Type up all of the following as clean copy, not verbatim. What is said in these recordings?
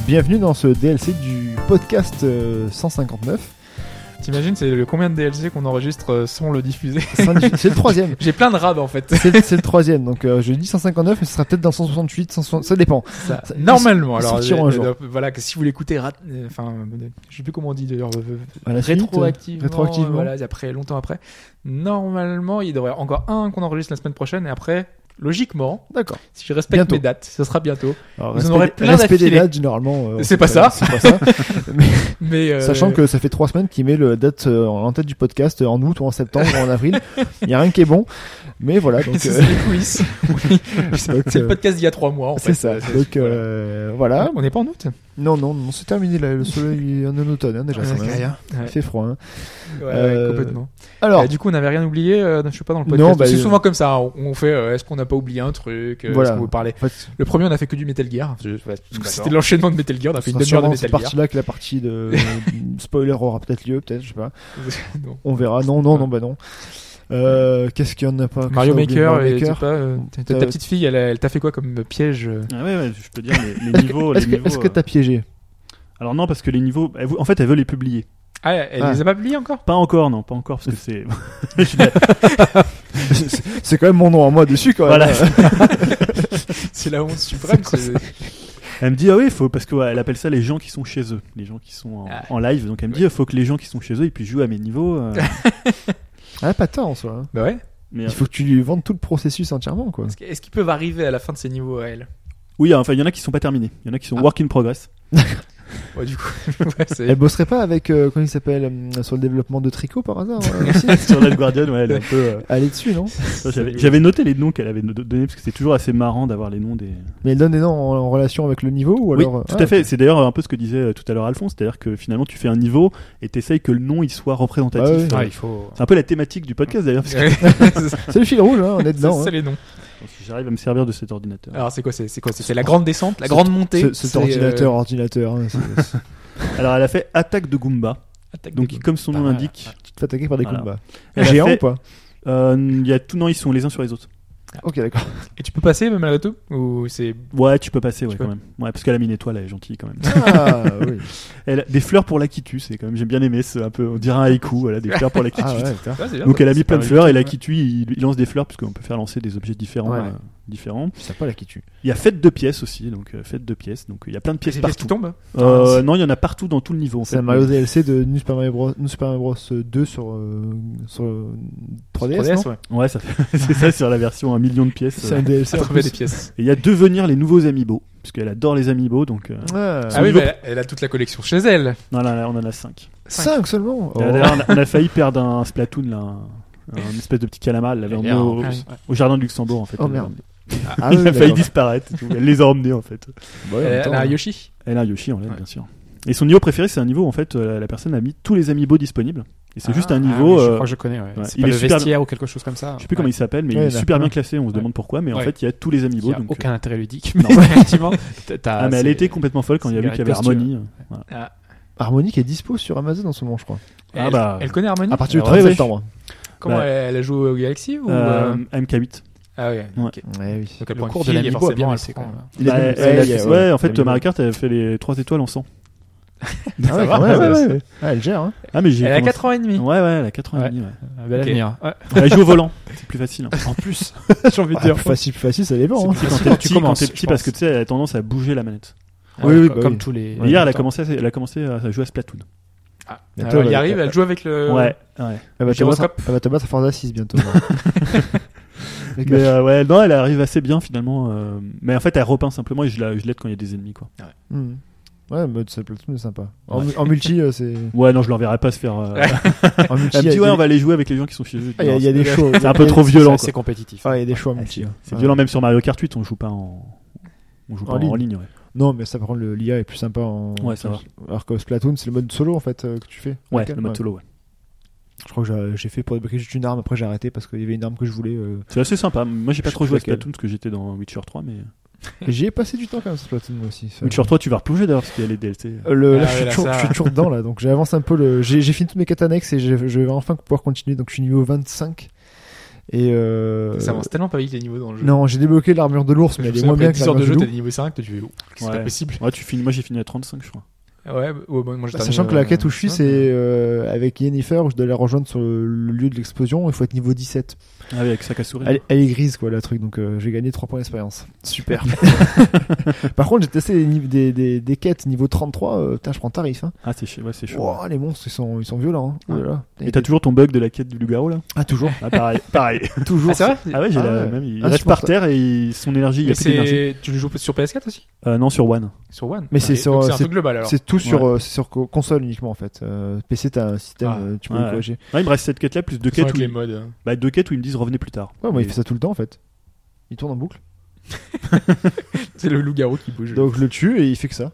bienvenue dans ce DLC du podcast 159. T'imagines, c'est combien de DLC qu'on enregistre sans le diffuser? C'est le troisième. J'ai plein de rabs en fait. C'est le troisième, donc je dis 159, mais ce sera peut-être dans 168, 160, ça dépend. Normalement, ils alors sortiront un jour. voilà, que si vous l'écoutez, enfin, je sais plus comment on dit d'ailleurs, À la suite, rétroactivement, voilà, après longtemps après. Normalement, il devrait y avoir encore un qu'on enregistre la semaine prochaine, et après, logiquement, d'accord. Si je respecte Bientôt. mes dates, ce sera bientôt. Alors, vous en aurez plein respect des d'affilés. dates, généralement. C'est pas ça. C'est pas ça. Mais Sachant que ça fait 3 semaines qu'il met la date en tête du podcast en août ou en septembre ou en avril. Il y a rien qui est bon. Mais voilà, donc. c'est les quiz. Oui. C'est le podcast d'il y a 3 mois, en fait. C'est ça. Donc, voilà. On n'est pas en août? Non, c'est terminé, là. Le soleil en automne, hein, déjà. Il fait froid, hein. Ouais, complètement. Alors. Du coup, on n'avait rien oublié, je sais pas, dans le podcast. Non, c'est souvent comme ça. On fait, est-ce qu'on n'a pas oublié un truc? Voilà. Est-ce qu'on veut parler? En fait, le premier, on a fait que du Metal Gear. C'était l'enchaînement de Metal Gear. On a fait une demi-heure de Metal Gear. C'est parti là que la partie de spoiler aura peut-être lieu, je sais pas. Non. On verra. Non, bah non. Qu'est-ce qu'il y en a pas? Mario Maker, ta petite fille, elle t'a fait quoi comme piège? Ah ouais, je peux dire les niveaux. Est-ce que t'as piégé? Alors non, parce que les niveaux, en fait, elle veut les publier. Ah, elle les a pas publiés encore? Pas encore, parce que c'est. C'est quand même mon nom à moi dessus, quand même. Voilà. C'est la honte suprême. Elle me dit, ah oui, parce qu'elle appelle ça les gens qui sont chez eux, les gens qui sont en live. Donc elle me dit, il faut que les gens qui sont chez eux, ils puissent jouer à mes niveaux. Ah, pas tant en soi. Hein. Bah ouais. Mais il faut que tu lui vendes tout le processus entièrement, quoi. Est-ce qu'ils peuvent arriver à la fin de ces niveaux à elle? Oui, enfin, il y en a qui sont pas terminés. Il y en a qui sont work in progress. Ouais, du coup. Elle bosserait pas avec, comment il s'appelle, sur le développement de Tricot par hasard Sur Red Guardian, ouais, elle est un peu. Elle est dessus, non? J'avais noté les noms qu'elle avait donnés parce que c'est toujours assez marrant d'avoir les noms des. Mais elle donne des noms en relation avec le niveau ou alors? Oui, tout à fait. C'est d'ailleurs un peu ce que disait tout à l'heure Alphonse, c'est-à-dire que finalement tu fais un niveau et t'essayes que le nom il soit représentatif. Ah, oui. Il faut. C'est un peu la thématique du podcast d'ailleurs. Parce que... c'est le fil rouge, hein, on est dedans. C'est les noms. Si j'arrive à me servir de cet ordinateur. Alors c'est quoi? C'est la grande descente, la grande montée. Cet ordinateur. Hein, Alors elle a fait Attaque de Goomba. Donc comme son nom l'indique, tu te fais attaquer par des Goombas. Elle géant fait... ou pas? Il y a tout, non, ils sont les uns sur les autres. Ok, d'accord. Et tu peux passer même malgré tout ou c'est... Ouais, tu peux passer, quand même. Ouais, parce qu'elle a mis une étoile, elle est gentille quand même. Ah oui. Elle a des fleurs pour l'Akitu, c'est quand même, j'ai bien aimé, c'est un peu, on dirait un haïku, voilà, des fleurs pour l'Akitu. Ah ouais, bien, donc elle a mis plein de fleurs et l'Akitu il lance des fleurs parce qu'on peut faire lancer des objets différents. Ouais. Différents. C'est pas l'Akitu. Il y a fête de pièces aussi, donc fête de pièces, donc il y a plein de pièces partout. Qui tombent non, il y en a partout dans tout le niveau. En c'est un Mario DLC de New Super Mario Bros 2 sur 3DS, non? Ouais, ça fait... c'est ça sur la version 1 million de pièces. C'est un DLC en trouver plus. des pièces. Et il y a devenir les nouveaux Amiibo, parce qu'elle adore les Amiibo, donc. Ah oui, mais elle a toute la collection chez elle. Non, là, on en a 5. 5 seulement. Oh. On a failli perdre un Splatoon là, un espèce de petit calamar, elle l'avait emmené au jardin de Luxembourg en fait. Oh merde. Il a failli disparaître. Elle les a emmenés en fait. Elle a un Yoshi. Elle a un Yoshi en l'aide, bien sûr. Et son niveau préféré, c'est un niveau en fait, la personne a mis tous les Amiibo disponibles. Et c'est juste un niveau. Oui, je crois que je connais. Ouais. C'est pas le vestiaire ou quelque chose comme ça. Je sais plus comment il s'appelle, mais il est super bien classé. On se demande pourquoi, mais en fait, il y a tous les Amiibo. Il n'y a aucun intérêt ludique. Mais effectivement. Mais elle était complètement folle quand il y a vu qu'il y avait Harmony. Harmony qui est dispo sur Amazon en ce moment, je crois. Elle connaît Harmony à partir du 30 septembre. Comment elle a joué au Galaxy ou MK8. Ah oui. Ouais, oui. Donc le cours de l'Amiibo forcément assez quand même. Ouais, en fait, Mario Kart, elle a fait les 3 étoiles en 100. Ouais. Elle gère. Hein. Ah, mais elle a 4 ans et demi. Ouais, elle a 4 ans et demi. Bel avenir. Elle joue au volant, c'est plus facile. En plus, j'ai envie de dire. Plus facile, ça dépend. Quand t'es petit, parce que tu sais, elle a tendance à bouger la manette. Oui, comme tous les. Hier, elle a commencé à jouer à Splatoon. Alors, elle y arrive, elle joue avec le. Ouais. Elle va te battre à Forza 6 bientôt. Mais non, elle arrive assez bien finalement. Mais en fait, elle repeint simplement et je l'aide quand il y a des ennemis, quoi. Ouais, mode Splatoon est sympa. En multi, c'est. Ouais, non, je l'enverrai pas se faire. En multi, elle me dit, on va aller jouer avec les gens qui sont chez eux. Il y a des shows. C'est un peu trop violent. C'est compétitif. Il y a des shows en multi. C'est violent, même sur Mario Kart 8, on joue pas en ligne. Ouais. Non, mais ça par contre, l'IA est plus sympa en. Ouais, ça va. Alors que Splatoon, c'est le mode solo en fait que tu fais. Ouais, le mode solo, ouais. Je crois que j'ai fait pour débloquer juste une arme, après j'ai arrêté parce qu'il y avait une arme que je voulais. C'est assez sympa. Moi j'ai pas trop joué à Splatoon parce que j'étais dans Witcher 3, mais. Et j'y ai passé du temps quand même sur Splatoon aussi. Witcher 3, tu vas replonger d'ailleurs parce qu'il y a les DLC. Là, je suis toujours dedans là, donc j'avance un peu. J'ai fini toutes mes quêtes annexes et je vais enfin pouvoir continuer. Donc je suis niveau 25 Et Ça avance tellement pas vite les niveaux dans le jeu. non, j'ai débloqué l'armure de l'ours, mais elle est moins bien que 10 heures de l'armure jeu, du t'as loup. des niveaux 5, tu fais c'est pas possible. Ouais, moi j'ai fini à 35, je crois. Ouais, moi j'ai Sachant que la quête où je suis, c'est avec Yennefer, où je dois la rejoindre sur le lieu de l'explosion, il faut être niveau 17. Ah oui, avec Sakasuri. Elle est grise, quoi, la truc, donc j'ai gagné 3 points d'expérience. Super. Par contre, j'ai testé des quêtes niveau 33, putain, je prends tarif. Hein. Ah, c'est chaud. Wow, les monstres, ils sont violents. Hein. Oh là là. Et t'as toujours ton bug de la quête du loup-garou là? Ah, toujours. Ah, pareil. Toujours. Ah, c'est vrai? Ah ouais, j'ai Ah ouais. même. Il Ah, reste je par pense terre et son énergie, il y a plus d'énergie. Tu le joues sur PS4 aussi? Non, sur One. Sur One. Mais c'est sur- donc c'est un c'est- truc global alors. C'est tout sur console uniquement en fait. PC, t'as un système, tu peux le corriger. Ouais, il me reste cette quête là, plus deux quêtes Avec où les modes. deux quêtes où ils me disent revenez plus tard. Ouais, moi il fait ça tout le temps en fait. Il tourne en boucle. C'est le loup-garou qui bouge. Donc je le tue et il fait que ça.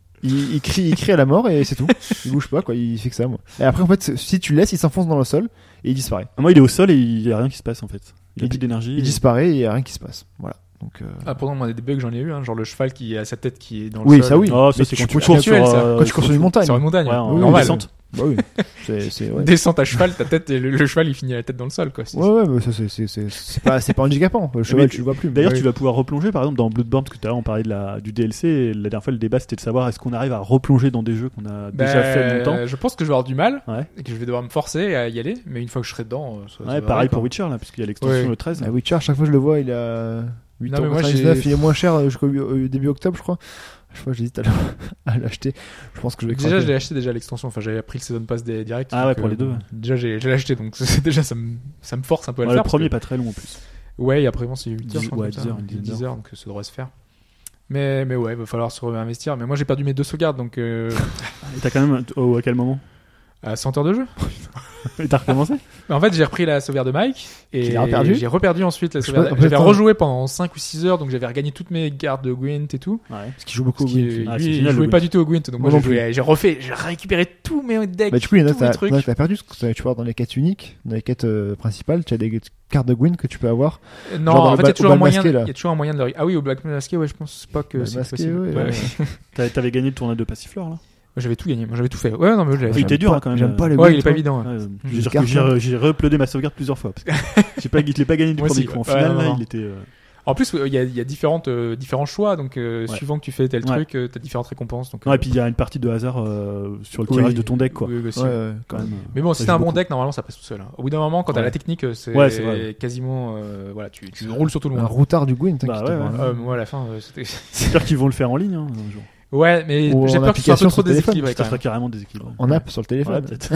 Il crie à la mort et c'est tout. Il bouge pas quoi, il fait que ça moi. Et après en fait, si tu le laisses, il s'enfonce dans le sol et il disparaît. Moi, il est au sol et il y a rien qui se passe en fait. Il a Il plus d'énergie. Il disparaît et il y a rien qui se passe. Voilà. Donc Ah, pourtant, moi, des bugs, j'en ai eu, hein, genre le cheval qui a sa tête qui est dans le oui, sol. ça oui. Oh, ça Mais c'est tu quand tu cours cours sur- sur quand tu cours sur une montagne. Sur une montagne. Ouais, en normal. descente. Bah oui. C'est ouais. Descente à cheval, ta tête, le cheval, il finit la tête dans le sol, quoi. Ouais, mais ça c'est pas handicapant. Le cheval, Mais tu le vois plus. D'ailleurs, Ouais. tu vas pouvoir replonger, par exemple, dans Bloodborne, parce que tout à l'heure on parlait du DLC, et la dernière fois le débat c'était de savoir est-ce qu'on arrive à replonger dans des jeux qu'on a déjà fait longtemps. Je pense que je vais avoir du mal Ouais. et que je vais devoir me forcer à y aller, mais une fois que je serai dedans, ça Ouais, va pareil aller, pour quoi. Witcher là, parce qu'il y a l'extension Ouais. le 13. Ah, Witcher, chaque fois que je le vois, il a 8 Non, ans, mais moi, 99, j'ai- il est moins cher jusqu'au début octobre, je crois. Je crois que j'hésite à l'acheter. Je pense que je vais Déjà, craquer. je l'ai acheté déjà l'extension. Enfin, j'avais pris le Season Pass direct. Ah donc, ouais, pour les deux, ouais. Déjà, j'ai acheté, donc déjà, ça me force un peu à Ouais, le le faire. premier est parce pas très long en plus. que- Ouais, et après, bon, c'est 8 heures, je crois. Ouais, comme 10 ça, heures, une dizaine 10 heures, donc ça devrait se faire. Mais ouais, il va falloir se réinvestir. Mais moi, j'ai perdu mes 2 sauvegardes, donc Et t'as quand même. À quel moment? à 100 heures de jeu. Et t'as recommencé? Mais en fait, j'ai repris la sauvegarde de Mike et Tu l'as reperdu j'ai reperdu ensuite la Je sais sauvegarde. pas, J'avais attends. rejoué pendant 5 ou 6 heures, donc j'avais regagné toutes mes gardes de Gwent et tout. Ouais. Parce qu'il joue beaucoup au Parce qu'il- Gwent. Ah, lui, c'est il génial, le jouait pas Gwent. du tout au Gwent, donc moi Moi non j'ai récupéré tous mes decks, Bah, du coup, il y en a, tous mes trucs. t'as perdu, parce que tu vois, dans les quêtes uniques, dans les quêtes principales, tu as des cartes de Gwent que tu peux avoir. Non, Genre dans en le fait, bal- il y a toujours au un bal moyen. masqué, là. Il y a toujours un moyen de le. Ah oui, au Black Masqué, ouais, je pense pas que Bal c'est masqué, possible. ouais, Ouais. ouais. T'avais gagné le tournoi de Passiflore là? Moi, j'avais tout gagné, moi j'avais tout fait. Ouais, non, mais j'avais. Il était dur, hein, quand même. J'aime pas les Ouais, Gwent. il est pas toi. évident. ouais. Ouais, J'ai j'ai- carte, j'ai re-uploadé ma sauvegarde plusieurs fois. Parce que je l'ai pas gagné du Moi premier aussi, coup. En ouais. finale, Ouais, là, non, non. il était. En plus, il y a différents choix, donc suivant que tu fais tel Ouais. truc, t'as différentes récompenses. Donc, Non, et puis il y a une partie de hasard sur le Oui. tirage de ton deck, quoi. Oui, aussi. Ouais, ouais, Quand même. Mais bon, si Ça t'as un joue bon beaucoup. deck, normalement ça passe tout seul. Hein. Au bout d'un moment, quand t'as Ouais. la technique, c'est Ouais, c'est vrai. quasiment. Voilà, tu roules sur tout le Un monde. routard du Gwent. hein, Bah qui te ouais, prend, ouais. hein. Moi, à la fin, c'était. J'espère qu'ils vont le faire en ligne un jour. Ouais, mais Ou j'ai en peur que ce soit un peu application trop sur téléphone. déséquilibré Ça quand sera même. carrément déséquilibré. En app sur le Ouais, téléphone. peut-être.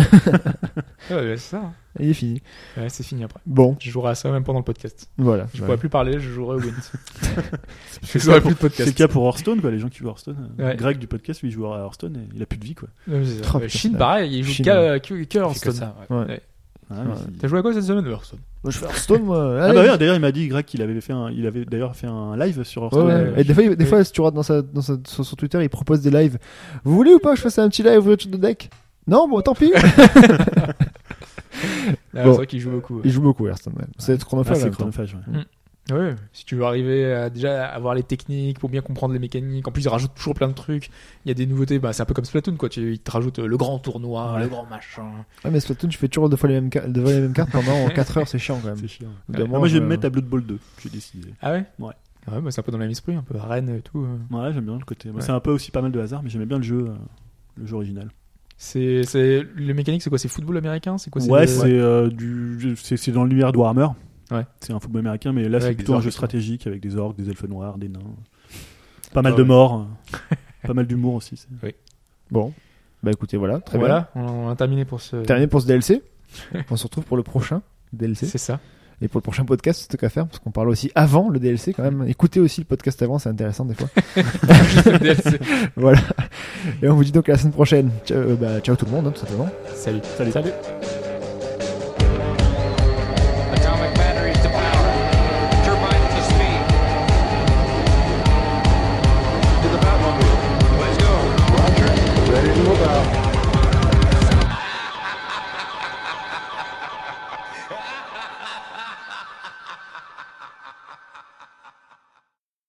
Ouais, c'est ça. Et il est fini. Ouais, c'est fini après. Bon, Je jouerai à ça même pendant le podcast. voilà. Je Ouais. pourrai plus parler, je jouerai au Gwent. C'est Je jouerai le plus de C'est le podcast. cas pour Hearthstone, quoi. Les gens qui jouent à Hearthstone. Ouais. Greg du podcast, lui, il joue à Hearthstone et il a plus de vie, quoi. Ouais, c'est ça. Oh, Ouais, putain, Shin, c'est- pareil, il joue Shin, que que Hearthstone. ça. Ouais. Ouais. Ouais. Ah, Ouais. mais T'as joué à quoi cette semaine? Hearthstone. Moi, je fais Hearthstone, moi. Ah Allez. bah d'ailleurs il m'a dit Greg qu'il avait d'ailleurs fait un live sur Ouais, Hearthstone. ouais. Et des fois, si tu regardes sur son Twitter, il propose des lives. Vous voulez ou pas que je fasse un petit live de deck? Non, bon, tant pis. Ah, Bon. C'est vrai qu'il joue beaucoup. Il joue beaucoup, Hearthstone. Ouais. C'est chronophage. Ah, en c'est même temps. chronophage, ouais. Ouais, si tu veux arriver à déjà avoir les techniques pour bien comprendre les mécaniques, en plus ils rajoutent toujours plein de trucs, il y a des nouveautés, bah c'est un peu comme Splatoon quoi, ils te rajoutent le grand tournoi, Ouais. le grand machin. Ouais, mais Splatoon, tu fais toujours deux fois les mêmes cartes pendant 4 heures, c'est chiant quand même. C'est chiant. Au bout d'un Ah, moment, moi je vais me mettre à Blood Bowl 2, j'ai décidé. Ah ouais? Ouais. Ouais, bah c'est un peu dans le même esprit, un peu arène et tout. Ouais, j'aime bien le côté. Moi, Ouais. c'est un peu aussi pas mal de hasard, mais j'aimais bien le jeu original. C'est le mécanique, c'est quoi? C'est football américain? C'est quoi? Ouais, le- c'est dans l'univers de Warhammer. Ouais. C'est un football américain, mais là Ouais, c'est avec plutôt des un orques jeu et tout. stratégique avec des orques, des elfes noirs, des nains. Pas mal Ah de ouais. morts, pas mal d'humour aussi. Bon, bah écoutez, voilà, très bien. Voilà, on a terminé pour ce. Terminé pour ce DLC. On se retrouve pour le prochain DLC. C'est ça. Et pour le prochain podcast, c'est ce qu'à faire, parce qu'on parle aussi avant le DLC quand même. Écoutez aussi le podcast avant, c'est intéressant des fois. DLC. Voilà. Et on vous dit donc à la semaine prochaine. Ciao, ciao tout le monde, hein, tout simplement. Salut. Salut. Salut.